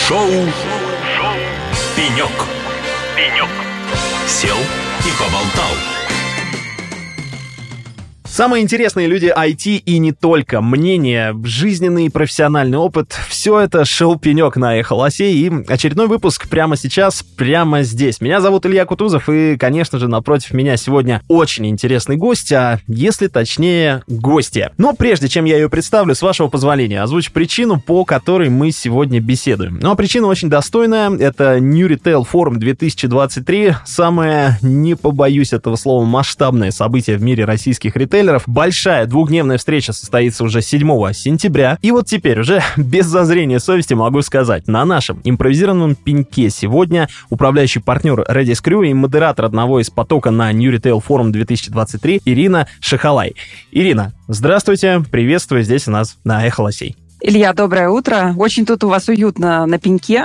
Шоу «Пенек». Сел и поболтал. Самые интересные люди IT и не только. Мнения, жизненный и профессиональный опыт — все это шоу «Пенек» на Эхо Лосей. И очередной выпуск прямо сейчас, прямо здесь. Меня зовут Илья Кутузов, и, конечно же, напротив меня сегодня очень интересный гость, а если точнее, гостья. Но прежде чем я ее представлю, с вашего позволения, озвучу причину, по которой мы сегодня беседуем. Ну, а причина очень достойная. Это New Retail Forum 2023. Самое, не побоюсь этого слова, масштабное событие в мире российских ритейлеров. Большая двухдневная встреча состоится уже 7 сентября. И вот теперь уже без зазрения совести могу сказать, на нашем импровизированном пеньке сегодня управляющий партнер Redis Crew и модератор одного из потока на New Retail Forum 2023 Ирина Шахалай. Ирина, здравствуйте, приветствую здесь у нас на Эхо Лосей. Илья, доброе утро. Очень тут у вас уютно на пеньке.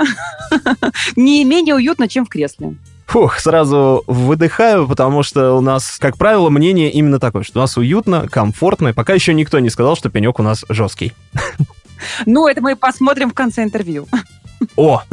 Не менее уютно, чем в кресле. Фух, сразу выдыхаю, потому что у нас, как правило, мнение именно такое, что у нас уютно, комфортно, и пока еще никто не сказал, что пенек у нас жесткий. Ну, это мы посмотрим в конце интервью. О!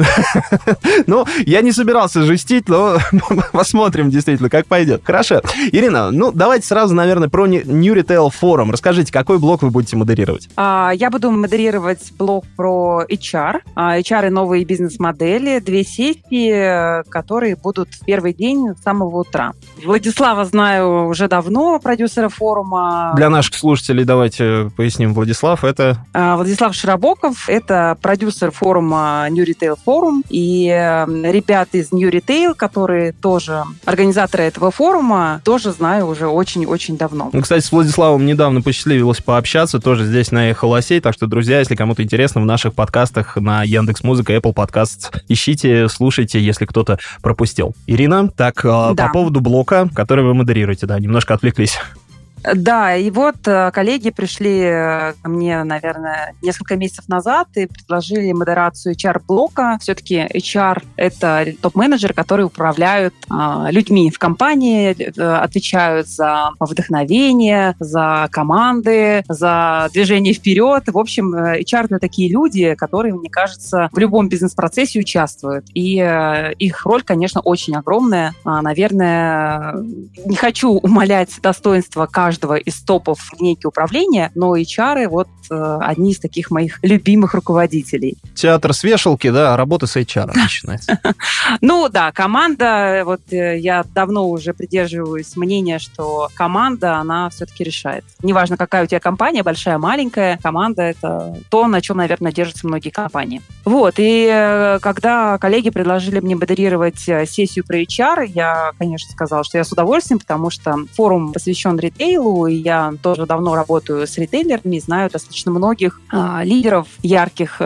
Ну, я не собирался жестить, но посмотрим действительно, как пойдет. Хорошо. Ирина, ну, давайте сразу, наверное, про New Retail Forum. Расскажите, какой блок вы будете модерировать? Я буду модерировать блок про HR. HR и новые бизнес-модели. 2 сессии, которые будут в первый день с самого утра. Владислава знаю уже давно, продюсера форума. Для наших слушателей давайте поясним. Владислав — это... Владислав Широбоков — это продюсер форума New Retail Forum, и ребят из New Retail, которые тоже организаторы этого форума, тоже знаю уже очень-очень давно. Ну, кстати, с Владиславом недавно посчастливилось пообщаться, тоже здесь на Эхо Лосей, так что, друзья, если кому-то интересно, в наших подкастах на Яндекс.Музыка, Apple Podcasts ищите, слушайте, если кто-то пропустил. Ирина, так, да. По поводу блока, который вы модерируете, да, немножко отвлеклись. Да, и вот коллеги пришли ко мне, наверное, несколько месяцев назад и предложили модерацию HR-блока. Все-таки HR — это топ-менеджеры, которые управляют людьми в компании, отвечают за вдохновение, за команды, за движение вперед. В общем, HR — это такие люди, которые, мне кажется, в любом бизнес-процессе участвуют. И их роль, конечно, очень огромная. Наверное, не хочу умалять достоинства каждого из топов линейки управления, но HR вот одни из таких моих любимых руководителей. Театр с вешалки, да, работа с HR начинается. Ну да, команда, вот я давно уже придерживаюсь мнения, что команда, она все-таки решает. Неважно, какая у тебя компания, большая, маленькая, команда — это то, на чем, наверное, держатся многие компании. Вот, и когда коллеги предложили мне модерировать сессию про HR, я, конечно, сказала, что я с удовольствием, потому что форум посвящен ритейлу, и я тоже давно работаю с ритейлерами, знаю достаточно многих лидеров, ярких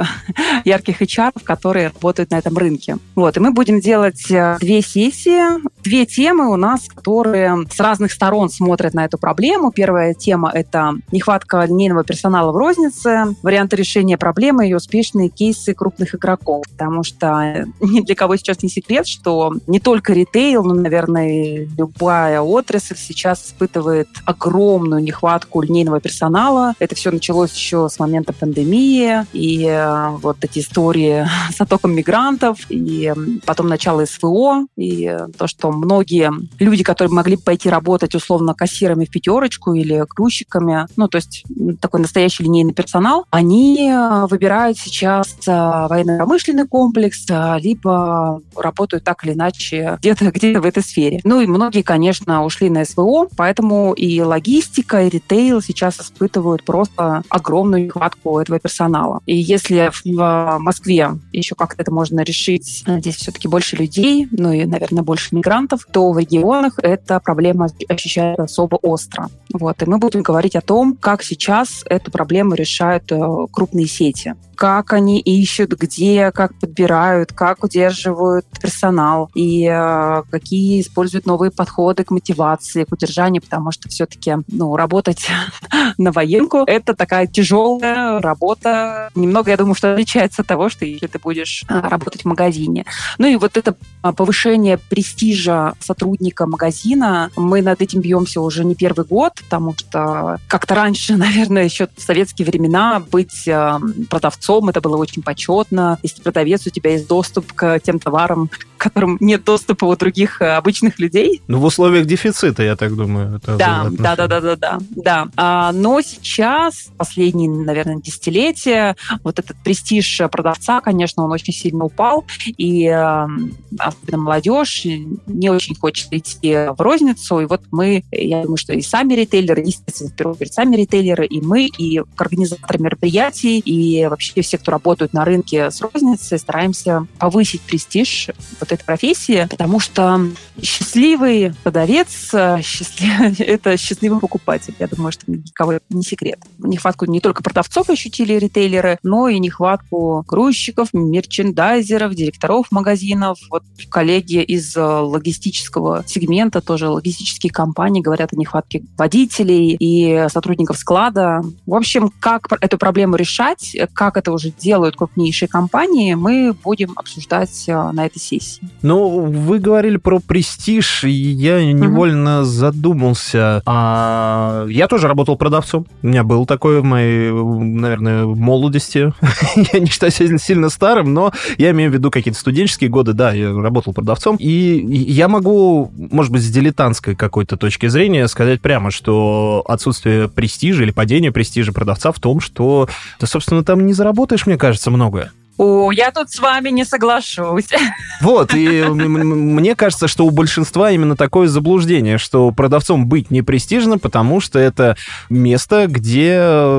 HR, которые работают на этом рынке. Вот, и мы будем делать 2 сессии, 2 темы у нас, которые с разных сторон смотрят на эту проблему. Первая тема — это нехватка линейного персонала в рознице, варианты решения проблемы и успешные кейсы крупных игроков. Потому что ни для кого сейчас не секрет, что не только ритейл, но, наверное, любая отрасль сейчас испытывает огромную нехватку линейного персонала. Это все началось еще с момента пандемии, и вот эти истории с оттоком мигрантов, и потом начало СВО, и то, что многие люди, которые могли бы пойти работать условно кассирами в пятерочку или грузчиками, ну, то есть такой настоящий линейный персонал, они выбирают сейчас военно-промышленный комплекс, либо работают так или иначе где-то в этой сфере. Ну, и многие, конечно, ушли на СВО, поэтому и логистика, и ритейл сейчас испытывают просто огромную нехватку этого персонала. И если в Москве еще как-то это можно решить, здесь все-таки больше людей, ну и, наверное, больше мигрантов, то в регионах эта проблема ощущается особо остро. Вот. И мы будем говорить о том, как сейчас эту проблему решают крупные сети. Как они ищут, где, как подбирают, как удерживают персонал и какие используют новые подходы к мотивации, к удержанию, потому что все-таки работать на военку — это такая тяжелая работа. Немного, я думаю, что отличается от того, что если ты будешь работать в магазине. Ну и вот это повышение престижа сотрудника магазина, мы над этим бьемся уже не первый год, потому что как-то раньше, наверное, еще в советские времена быть продавцом продавцом, это было очень почетно. Если продавец, у тебя есть доступ к тем товарам, к которым нет доступа у других обычных людей. Ну, в условиях дефицита, я так думаю. Это да. Но сейчас, последние, наверное, десятилетия, вот этот престиж продавца, конечно, он очень сильно упал, и особенно молодежь не очень хочет идти в розницу, и вот я думаю, что и сами ритейлеры, естественно, в первую очередь сами ритейлеры, и мы, и организаторы мероприятий, и вообще все, кто работают на рынке с розницей, стараемся повысить престиж вот этой профессии, потому что счастливый продавец это счастливый покупатель. Я думаю, что для никого не секрет. Нехватку не только продавцов ощутили ритейлеры, но и нехватку грузчиков, мерчендайзеров, директоров магазинов. Вот коллеги из логистического сегмента, тоже логистические компании, говорят о нехватке водителей и сотрудников склада. В общем, как эту проблему решать, как это уже делают крупнейшие компании, мы будем обсуждать на этой сессии. Ну, вы говорили про престиж, и я невольно задумался. Я тоже работал продавцом. У меня был такой в моей, наверное, молодости. Я не считаю себя сильно старым, но я имею в виду какие-то студенческие годы. Да, я работал продавцом. И я могу, может быть, с дилетантской какой-то точки зрения сказать прямо, что отсутствие престижа или падение престижа продавца в том, что ты, собственно, там не заработаешь, мне кажется, многое. Я тут с вами не соглашусь. Вот, и мне кажется, что у большинства именно такое заблуждение, что продавцом быть не престижно, потому что это место, где,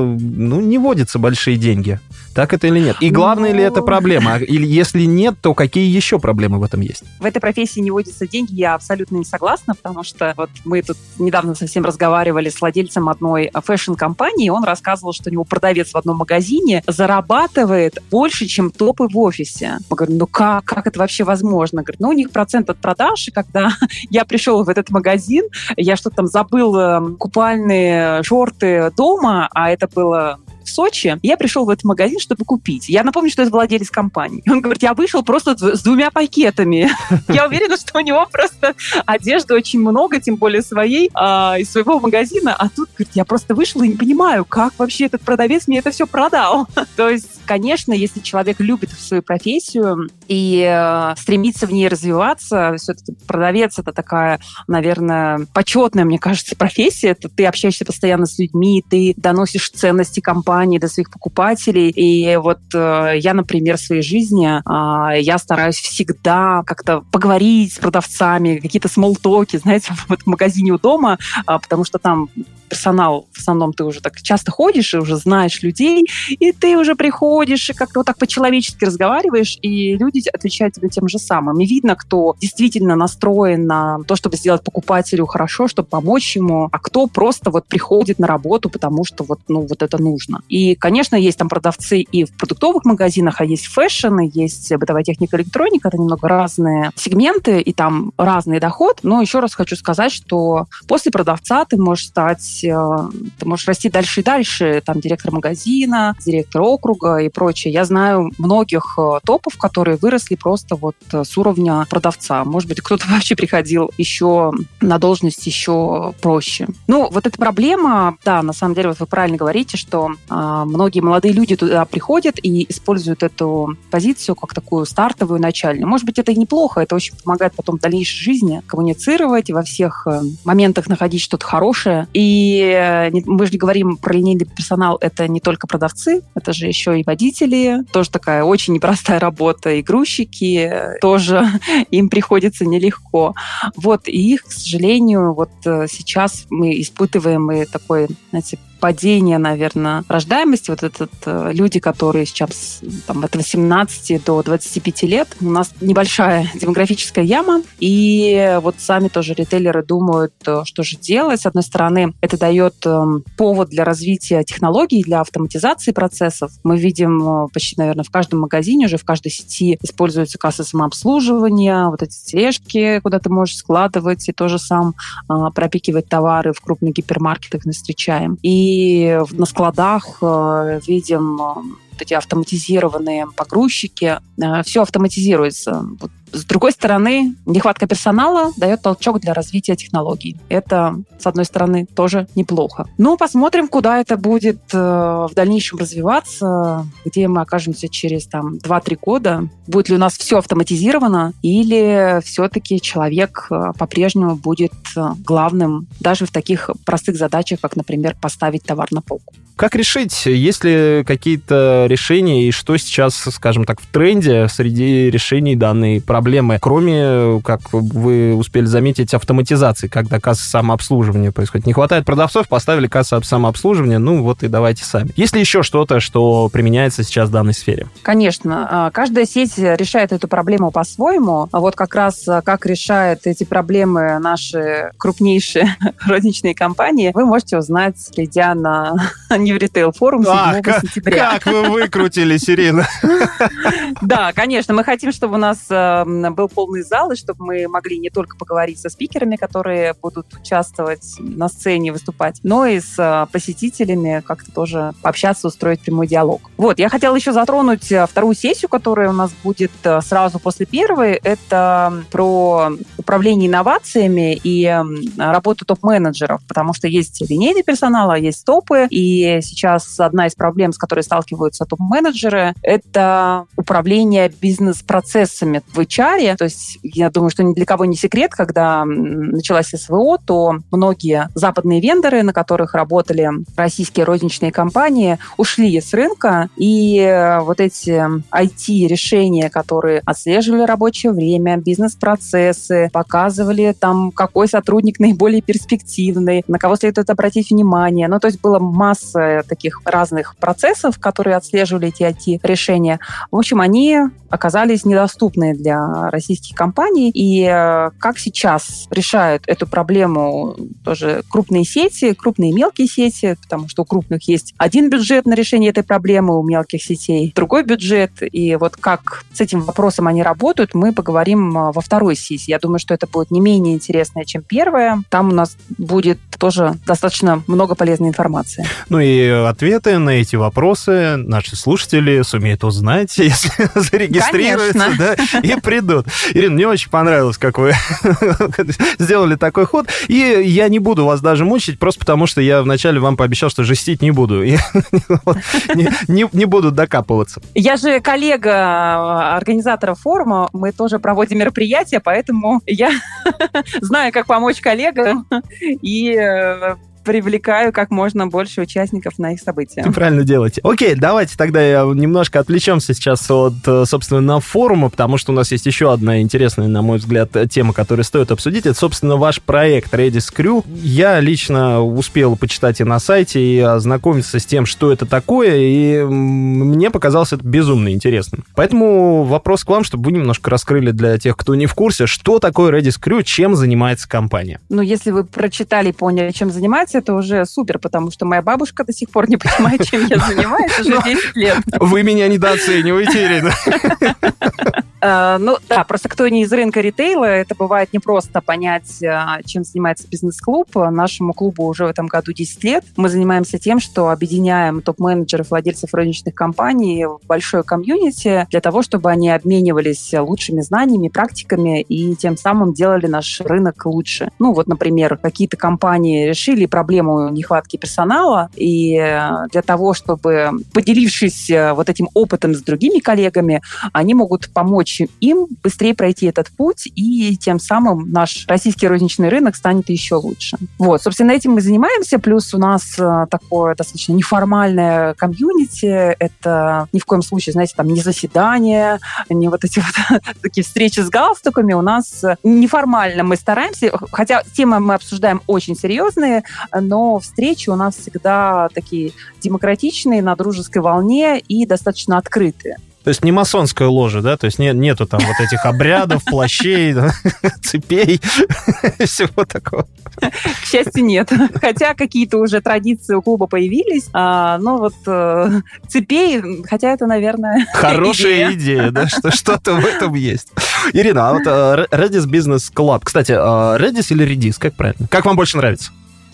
не водятся большие деньги. Так это или нет? И главное ли это проблема? Или если нет, то какие еще проблемы в этом есть? В этой профессии не водятся деньги, я абсолютно не согласна, потому что вот мы тут недавно совсем разговаривали с владельцем одной фэшн-компании, и он рассказывал, что у него продавец в одном магазине зарабатывает больше, чем топы в офисе. Мы говорим, как это вообще возможно? Говорит, у них процент от продаж, и когда я пришел в этот магазин, я что-то там забыл купальные шорты дома, а это было в Сочи, я пришел в этот магазин, чтобы купить. Я напомню, что это владелец компании. Он говорит, я вышел просто с 2 пакетами. Я уверена, что у него просто одежды очень много, тем более своей, из своего магазина. А тут, говорит, я просто вышла и не понимаю, как вообще этот продавец мне это все продал. То есть, конечно, если человек любит свою профессию и стремится в ней развиваться, все-таки продавец — это такая, наверное, почетная, мне кажется, профессия. Это ты общаешься постоянно с людьми, ты доносишь ценности компании до своих покупателей. И вот я, например, в своей жизни, я стараюсь всегда как-то поговорить с продавцами, какие-то смолтоки, знаете, вот в магазине у дома, потому что там персонал, в основном ты уже так часто ходишь и уже знаешь людей, и ты уже приходишь и как-то вот так по-человечески разговариваешь, и люди отвечают тебе тем же самым. И видно, кто действительно настроен на то, чтобы сделать покупателю хорошо, чтобы помочь ему, а кто просто вот приходит на работу, потому что вот это нужно. И, конечно, есть там продавцы и в продуктовых магазинах, а есть фэшн, и есть бытовая техника, электроника, это немного разные сегменты, и там разный доход, но еще раз хочу сказать, что после продавца ты можешь расти дальше и дальше, там директор магазина, директор округа и прочее. Я знаю многих топов, которые выросли просто вот с уровня продавца. Может быть, кто-то вообще приходил еще на должность еще проще. Вот эта проблема, да, на самом деле, вот вы правильно говорите, что многие молодые люди туда приходят и используют эту позицию как такую стартовую, начальную. Может быть, это и неплохо, это очень помогает потом в дальнейшей жизни коммуницировать и во всех моментах находить что-то хорошее. И мы же не говорим про линейный персонал, это не только продавцы, это же еще и водители, тоже такая очень непростая работа, и грузчики тоже им приходится нелегко. Вот, и их, к сожалению, вот сейчас мы испытываем и такой, знаете, падение, наверное, рождаемости. Вот люди, которые сейчас от 18 до 25 лет, у нас небольшая демографическая яма, и вот сами тоже ритейлеры думают, что же делать. С одной стороны, это дает повод для развития технологий, для автоматизации процессов. Мы видим почти, наверное, в каждом магазине, уже в каждой сети используются кассы самообслуживания, вот эти тележки, куда ты можешь складывать и тоже сам пропикивать товары в крупных гипермаркетах мы встречаем. И на складах видим эти автоматизированные погрузчики. Все автоматизируется. С другой стороны, нехватка персонала дает толчок для развития технологий. Это, с одной стороны, тоже неплохо. Ну, посмотрим, куда это будет в дальнейшем развиваться, где мы окажемся через 2-3 года. Будет ли у нас все автоматизировано, или все-таки человек по-прежнему будет главным даже в таких простых задачах, как, например, поставить товар на полку. Как решить? Есть ли какие-то решения, и что сейчас, скажем так, в тренде среди решений данной проблемы, кроме, как вы успели заметить, автоматизации, когда касса самообслуживания происходит? Не хватает продавцов, поставили кассу самообслуживания, и давайте сами. Есть ли еще что-то, что применяется сейчас в данной сфере? Конечно. Каждая сеть решает эту проблему по-своему. А вот как раз как решают эти проблемы наши крупнейшие розничные компании, вы можете узнать, придя на New Retail Forum 7 сентября. Как вы выкрутились, Ирина! Да, конечно. Мы хотим, чтобы у нас был полный зал, и чтобы мы могли не только поговорить со спикерами, которые будут участвовать на сцене, выступать, но и с посетителями как-то тоже пообщаться, устроить прямой диалог. Вот, я хотела еще затронуть вторую сессию, которая у нас будет сразу после первой. Это про управление инновациями и работу топ-менеджеров, потому что есть линейный персонал, а есть топы, и сейчас одна из проблем, с которой сталкиваются топ-менеджеры, это управление бизнес-процессами в HR. То есть я думаю, что ни для кого не секрет, когда началась СВО, то многие западные вендоры, на которых работали российские розничные компании, ушли с рынка, и вот эти IT-решения, которые отслеживали рабочее время, бизнес-процессы, показывали какой сотрудник наиболее перспективный, на кого следует обратить внимание. То есть была масса таких разных процессов, которые отслеживали эти IT-решения. В общем, они оказались недоступны для российских компаний. И как сейчас решают эту проблему тоже крупные сети, крупные и мелкие сети, потому что у крупных есть один бюджет на решение этой проблемы, у мелких сетей другой бюджет. И вот как с этим вопросом они работают, мы поговорим во второй сессии. Я думаю, что это будет не менее интересно, чем первая. Там у нас будет тоже достаточно много полезной информации. И ответы на эти вопросы наши слушатели сумеют узнать, если зарегистрируются, и придут. Ирина, мне очень понравилось, как вы сделали такой ход. И я не буду вас даже мучить, просто потому что я вначале вам пообещал, что жестить не буду. Не буду докапываться. Я же коллега организатора форума, мы тоже проводим мероприятия, поэтому я знаю, как помочь коллегам и привлекаю как можно больше участников на их события. Правильно делаете. Окей, давайте тогда немножко отвлечемся сейчас от, собственно, форума, потому что у нас есть еще одна интересная, на мой взгляд, тема, которую стоит обсудить. Это, собственно, ваш проект Redis Crew. Я лично успел почитать и на сайте, и ознакомиться с тем, что это такое, и мне показалось это безумно интересным. Поэтому вопрос к вам, чтобы вы немножко раскрыли для тех, кто не в курсе, что такое Redis Crew, чем занимается компания. Если вы прочитали и поняли, чем занимается, это уже супер, потому что моя бабушка до сих пор не понимает, чем я занимаюсь уже 10 лет. Вы меня недооцениваете, Ирина. Просто кто не из рынка ритейла, это бывает непросто понять, чем занимается бизнес-клуб. Нашему клубу уже в этом году 10 лет. Мы занимаемся тем, что объединяем топ-менеджеров, владельцев розничных компаний в большое комьюнити для того, чтобы они обменивались лучшими знаниями, практиками и тем самым делали наш рынок лучше. Например, какие-то компании решили проблему нехватки персонала, и для того, чтобы, поделившись вот этим опытом с другими коллегами, они могут помочь им быстрее пройти этот путь, и тем самым наш российский розничный рынок станет еще лучше. Собственно, этим мы занимаемся, плюс у нас такое достаточно неформальное комьюнити, это ни в коем случае, не заседания, не вот эти вот такие встречи с галстуками, у нас неформально мы стараемся, хотя темы мы обсуждаем очень серьезные, но встречи у нас всегда такие демократичные, на дружеской волне и достаточно открытые. То есть не масонская ложа, да? То есть нету там вот этих обрядов, плащей, цепей, всего такого. К счастью, нет. Хотя какие-то уже традиции у клуба появились, но цепей, хотя это, наверное, хорошая идея, да? Что-то в этом есть. Ирина, а вот Redis Business Club. Кстати, Redis или Redis, как правильно? Как вам больше нравится?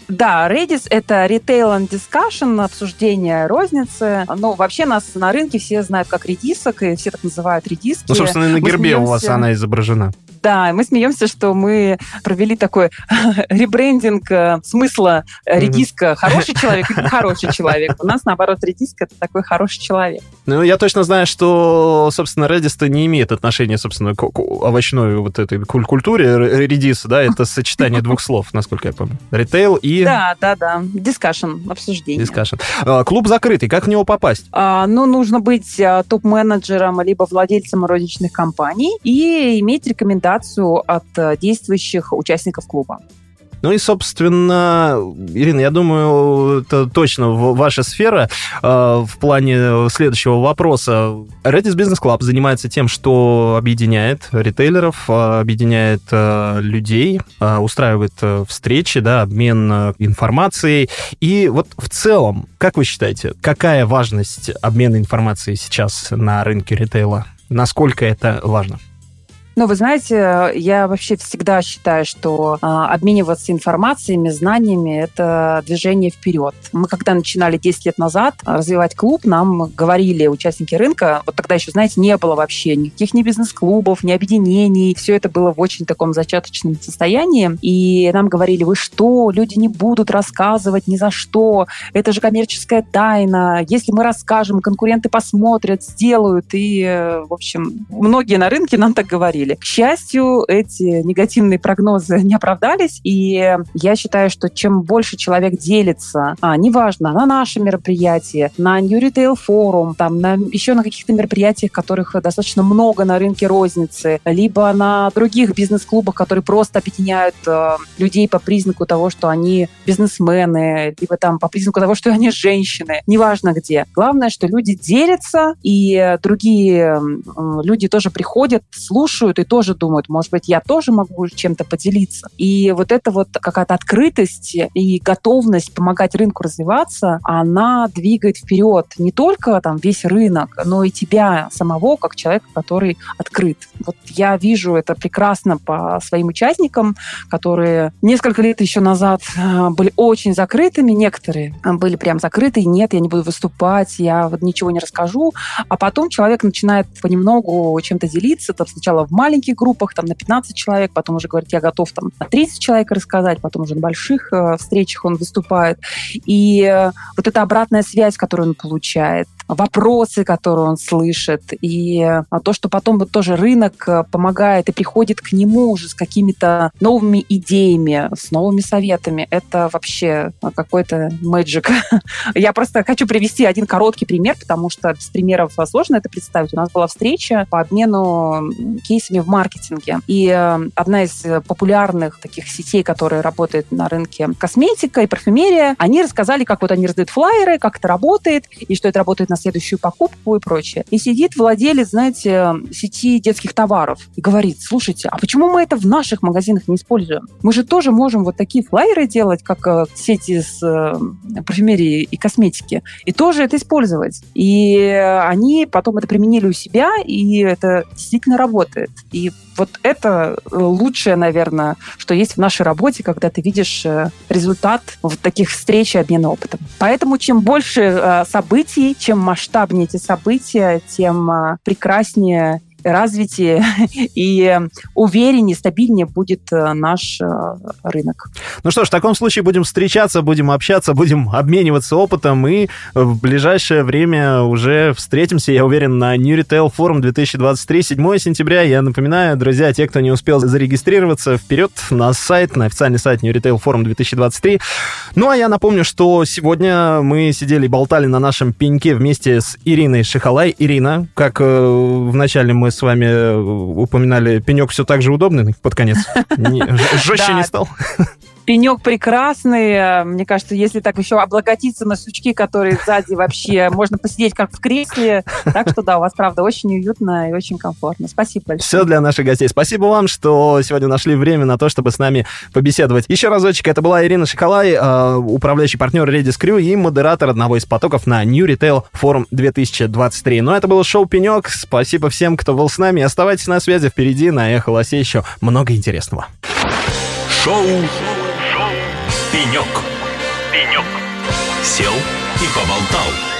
Да, Redis — это Retail and Discussion, обсуждение розницы. Но вообще нас на рынке все знают как редисок, и все так называют редиски. Ну, собственно, и на гербе у вас она изображена. Да, мы смеемся, что мы провели такой ребрендинг смысла редиска «хороший человек» и «хороший человек». У нас, наоборот, редиска — это такой хороший человек. Ну, я точно знаю, что, собственно, Redis-то не имеет отношения, собственно, к овощной вот этой культуре. Редис, да, это сочетание двух слов, насколько я помню. Retail и... Да. Discussion, обсуждение. Discussion. Клуб закрытый, как в него попасть? Нужно быть топ-менеджером либо владельцем розничных компаний и иметь рекомендацию от действующих участников клуба. Ну и, собственно, Ирина, я думаю, это точно ваша сфера. В плане следующего вопроса. Redis Business Club занимается тем, что объединяет ритейлеров, объединяет людей, устраивает встречи, да, обмен информацией. И вот в целом, как вы считаете, какая важность обмена информацией сейчас на рынке ритейла? Насколько это важно? Ну, вы знаете, я вообще всегда считаю, что обмениваться информациями, знаниями – это движение вперед. Мы, когда начинали 10 лет назад развивать клуб, нам говорили участники рынка, вот тогда еще, знаете, не было вообще никаких ни бизнес-клубов, ни объединений, все это было в очень таком зачаточном состоянии, и нам говорили: вы что, люди не будут рассказывать ни за что, это же коммерческая тайна, если мы расскажем, конкуренты посмотрят, сделают, и, в общем, многие на рынке нам так говорили. К счастью, эти негативные прогнозы не оправдались, и я считаю, что чем больше человек делится, неважно, на наши мероприятия, на New Retail Forum, еще на каких-то мероприятиях, которых достаточно много на рынке розницы, либо на других бизнес-клубах, которые просто объединяют людей по признаку того, что они бизнесмены, либо по признаку того, что они женщины, неважно где. Главное, что люди делятся, и другие люди тоже приходят, слушают и тоже думают, может быть, я тоже могу чем-то поделиться. И вот эта вот какая-то открытость и готовность помогать рынку развиваться, она двигает вперед не только весь рынок, но и тебя самого, как человека, который открыт. Вот я вижу это прекрасно по своим участникам, которые несколько лет еще назад были очень закрытыми, некоторые были прям закрыты, нет, я не буду выступать, я ничего не расскажу, а потом человек начинает понемногу чем-то делиться, сначала в маленьких группах, на 15 человек, потом уже говорит, я готов на 30 человек рассказать, потом уже на больших встречах он выступает. И вот эта обратная связь, которую он получает, вопросы, которые он слышит, и то, что потом тоже рынок помогает и приходит к нему уже с какими-то новыми идеями, с новыми советами, это вообще какой-то magic. Я просто хочу привести один короткий пример, потому что без примеров сложно это представить. У нас была встреча по обмену кейсами в маркетинге. И одна из популярных таких сетей, которая работает на рынке косметика и парфюмерия, они рассказали, как они раздают флаеры, как это работает, и что это работает на следующую покупку и прочее. И сидит владелец, знаете, сети детских товаров и говорит: слушайте, а почему мы это в наших магазинах не используем? Мы же тоже можем вот такие флаеры делать, как сети с парфюмерии и косметики, и тоже это использовать. И они потом это применили у себя, и это действительно работает. И вот это лучшее, наверное, что есть в нашей работе, когда ты видишь результат вот таких встреч и обмена опытом. Поэтому чем больше событий, чем масштабнее эти события, тем прекраснее развитие и увереннее, стабильнее будет наш рынок. Ну что ж, в таком случае будем встречаться, будем общаться, будем обмениваться опытом, и в ближайшее время уже встретимся, я уверен, на New Retail Forum 2023, 7 сентября. Я напоминаю, друзья, те, кто не успел зарегистрироваться, вперед на сайт, на официальный сайт New Retail Forum 2023. Ну, а я напомню, что сегодня мы сидели и болтали на нашем пеньке вместе с Ириной Шихалай. Ирина, как в начале мы с вами упоминали, пенек все так же удобный под конец? Жестче не стал? Пенек прекрасный. Мне кажется, если так еще облокотиться на сучки, которые сзади, вообще можно посидеть как в кресле. Так что да, у вас, правда, очень уютно и очень комфортно. Спасибо большое. Все для наших гостей. Спасибо вам, что сегодня нашли время на то, чтобы с нами побеседовать. Еще разочек, это была Ирина Шихалай, управляющий партнер Redis Crew и модератор одного из потоков на New Retail Forum 2023. Но это было шоу «Пенек». Спасибо всем, кто был с нами. Оставайтесь на связи. Впереди на Эхо Лосей еще много интересного. Шоу «Пенек». Сел и поболтал.